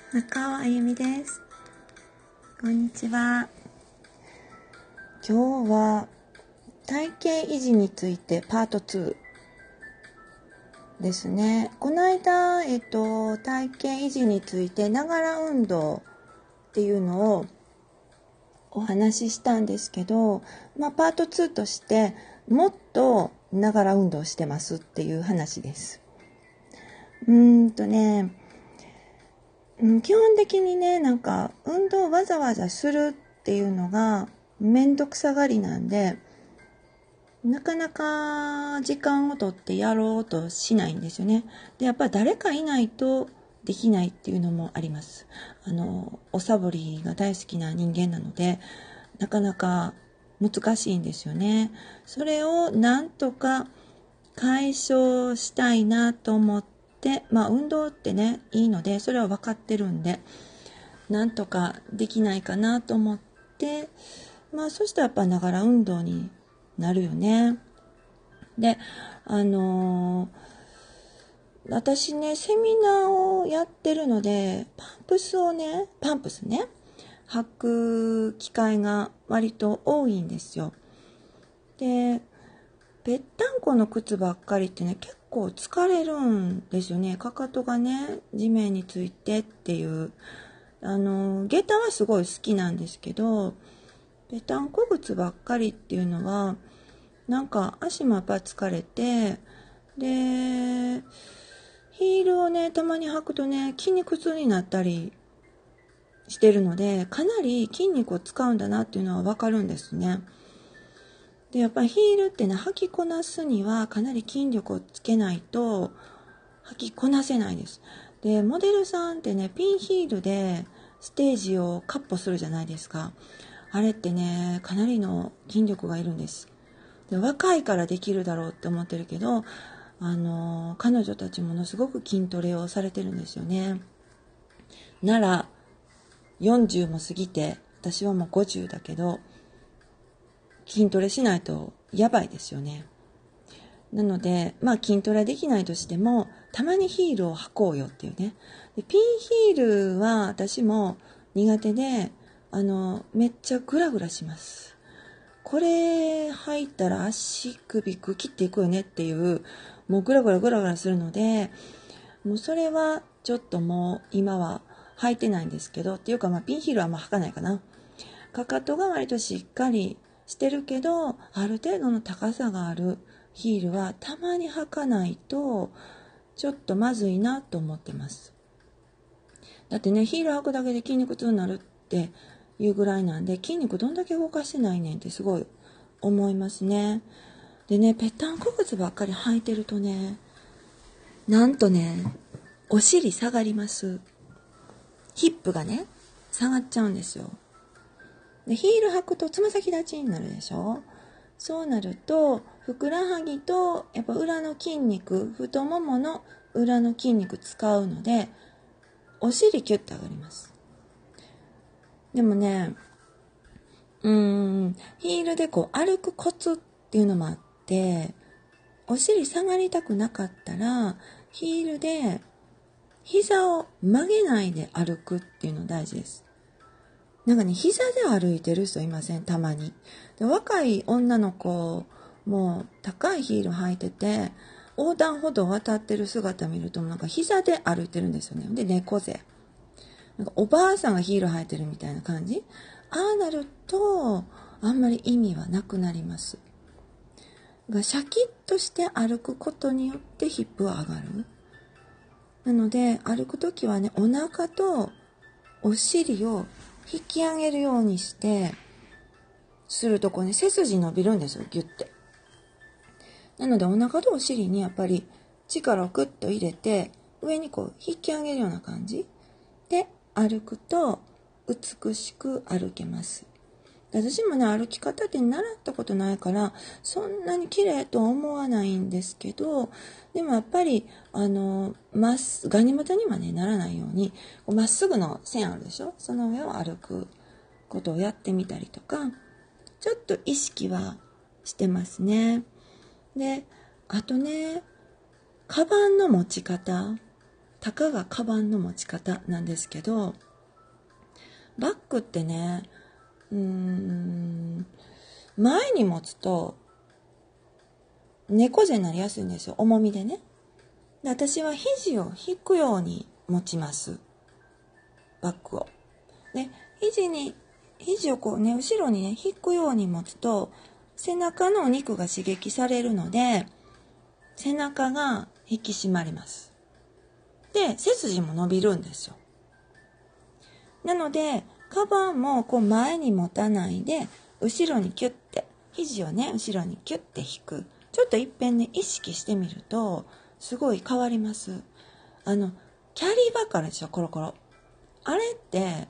中尾あゆみです。こんにちは。今日は体型維持についてパート2ですね。この間、体型維持についてながら運動っていうのをお話ししたんですけど、パート2としてもっとながら運動してますっていう話です。基本的にね、運動をわざわざするっていうのがめんどくさがりなんで、なかなか時間をとってやろうとしないんですよね。で、やっぱり誰かいないとできないっていうのもあります。おサボりが大好きな人間なので、なかなか難しいんですよね。それをなんとか解消したいなと思って、運動ってね、いいので、それは分かってるんで、なんとかできないかなと思って、そしたらやっぱながら運動になるよね。で、私ね、セミナーをやってるので、パンプスね、履く機会が割と多いんですよ。で、ぺったんこの靴ばっかりってね、結構疲れるんですよね。かかとがね、地面についてっていう。下駄はすごい好きなんですけど、ぺたんこ靴ばっかりっていうのは、足もやっぱ疲れて、で、ヒールをね、たまに履くとね、筋肉痛になったりしてるので、かなり筋肉を使うんだなっていうのはわかるんですね。で、やっぱりヒールってね、履きこなすにはかなり筋力をつけないと履きこなせないです。で、モデルさんってね、ピンヒールでステージをカッ歩するじゃないですか。あれってね、かなりの筋力がいるんです。で、若いからできるだろうって思ってるけど、彼女たちものすごく筋トレをされてるんですよね。なら、40も過ぎて、私はもう50だけど、筋トレしないとやばいですよね。なので、筋トレできないとしても、たまにヒールを履こうよっていうね。で、ピンヒールは私も苦手で、めっちゃグラグラします。これ履いたら足首く切っていくよねっていう、もうグラグラするので、もうそれはちょっともう今は履いてないんですけど、っていうかピンヒールは履かないかな。かかとが割としっかりしてるけど、ある程度の高さがあるヒールはたまに履かないとちょっとまずいなと思ってます。だってね、ヒール履くだけで筋肉痛になるっていうぐらいなんで、筋肉どんだけ動かしてないねんってすごい思いますね。でね、ぺったんこ靴ばっかり履いてるとね、なんとね、お尻下がります。ヒップがね、下がっちゃうんですよ。で、ヒール履くとつま先立ちになるでしょ。そうなると、ふくらはぎとやっぱ裏の筋肉、太ももの裏の筋肉使うので、お尻キュッと上がります。でもね、ヒールで歩くコツっていうのもあって、お尻下がりたくなかったら、ヒールで膝を曲げないで歩くっていうの大事です。膝で歩いてる人いません？たまに。で、若い女の子も高いヒール履いてて、横断歩道を渡ってる姿見ると、膝で歩いてるんですよね。で、猫背。おばあさんがヒール履いてるみたいな感じ。ああなると、あんまり意味はなくなります。シャキッとして歩くことによってヒップは上がる。なので、歩くときはね、お腹とお尻を引き上げるようにしてすると背筋伸びるんですよ、ギュッて。なのでお腹とお尻にやっぱり力をグッと入れて上に引き上げるような感じで歩くと美しく歩けます。私もね、歩き方って習ったことないからそんなに綺麗とは思わないんですけど、でもやっぱりガニ股にはねならないようにまっすぐの線あるでしょ、その上を歩くことをやってみたりとか、ちょっと意識はしてますね。で、あとね、カバンの持ち方。 たかがカバンの持ち方なんですけど、バッグってね、前に持つと猫背になりやすいんですよ、重みでね。で、私は肘を引くように持ちます、バッグを。で、肘をこうね、後ろにね、引くように持つと、背中のお肉が刺激されるので、背中が引き締まります。で、背筋も伸びるんですよ。なので、カバンもこう前に持たないで、後ろにキュッて、肘をね、後ろにキュッて引く。ちょっといっぺんね、意識してみると、すごい変わります。キャリーバッグあるでしょ、コロコロ。あれって、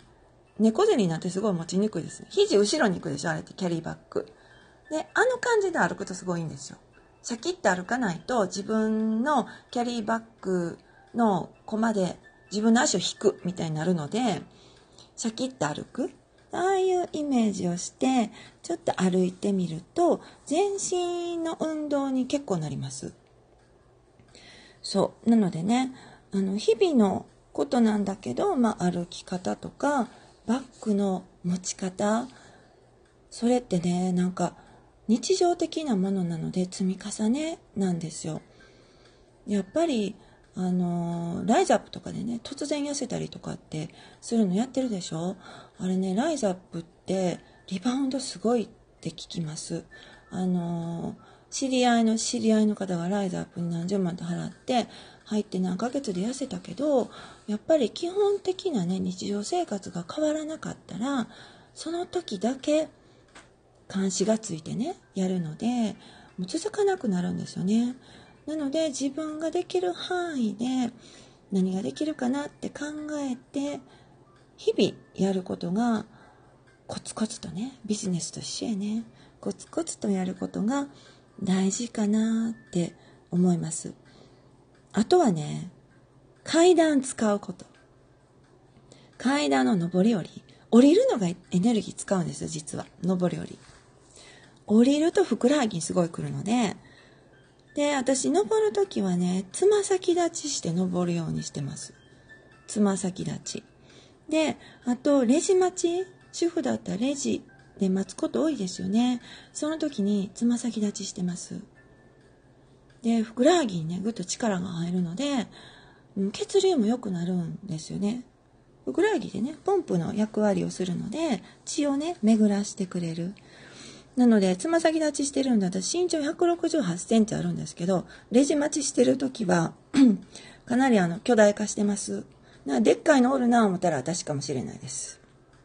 猫背になってすごい持ちにくいです。肘後ろに行くでしょ、あれってキャリーバッグ。で、あの感じで歩くとすごいいいんですよ。シャキッと歩かないと、自分のキャリーバッグのコマで自分の足を引くみたいになるので、シャキッと歩く。ああいうイメージをして、ちょっと歩いてみると、全身の運動に結構なります。そう。なのでね、日々のことなんだけど、歩き方とか、バッグの持ち方、それってね、なんか日常的なものなので積み重ねなんですよ。やっぱりライズアップとかでね、突然痩せたりとかってするのやってるでしょ。あれね、ライズアップってリバウンドすごいって聞きます。知り合いの方がライズアップに何十万と払って入って何ヶ月で痩せたけど、やっぱり基本的なね、日常生活が変わらなかったら、その時だけ監視がついてね、やるので、もう続かなくなるんですよね。なので、自分ができる範囲で何ができるかなって考えて、日々やることがコツコツとね、ビジネスと一緒やね、コツコツとやることが大事かなって思います。あとはね、階段使うこと。階段の上り下り。降りるのがエネルギー使うんですよ、実は。上り下り。降りるとふくらはぎにすごい来るので、私登るときはね、つま先立ちして登るようにしてます。つま先立ち。で、あと、レジ待ち。主婦だったらレジで待つこと多いですよね。その時につま先立ちしてます。で、ふくらはぎにね、ぐっと力が入るので、血流も良くなるんですよね。ふくらはぎでね、ポンプの役割をするので、血をね、巡らしてくれる。なので、つま先立ちしてるんだったら身長168センチあるんですけど、レジ待ちしてるときは、かなり巨大化してます。でっかいのおるなぁ思ったら私かもしれないです。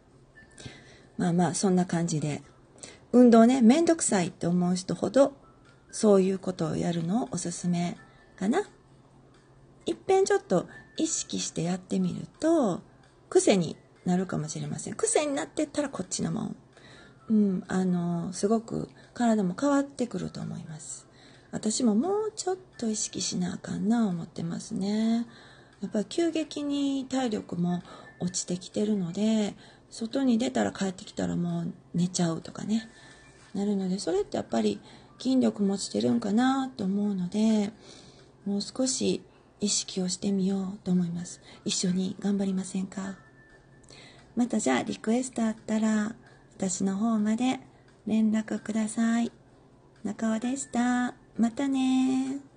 そんな感じで。運動ね、めんどくさいって思う人ほど、そういうことをやるのをおすすめかな。いっぺんちょっと意識してやってみると、癖になるかもしれません。癖になってったらこっちのもん。すごく体も変わってくると思います。私ももうちょっと意識しなあかんな思ってますね。やっぱり急激に体力も落ちてきてるので、外に出たら帰ってきたらもう寝ちゃうとかね、なるので、それってやっぱり筋力も落ちてるんかなと思うので、もう少し意識をしてみようと思います。一緒に頑張りませんか？またじゃあリクエストあったら、私の方まで連絡ください。中尾でした。またね。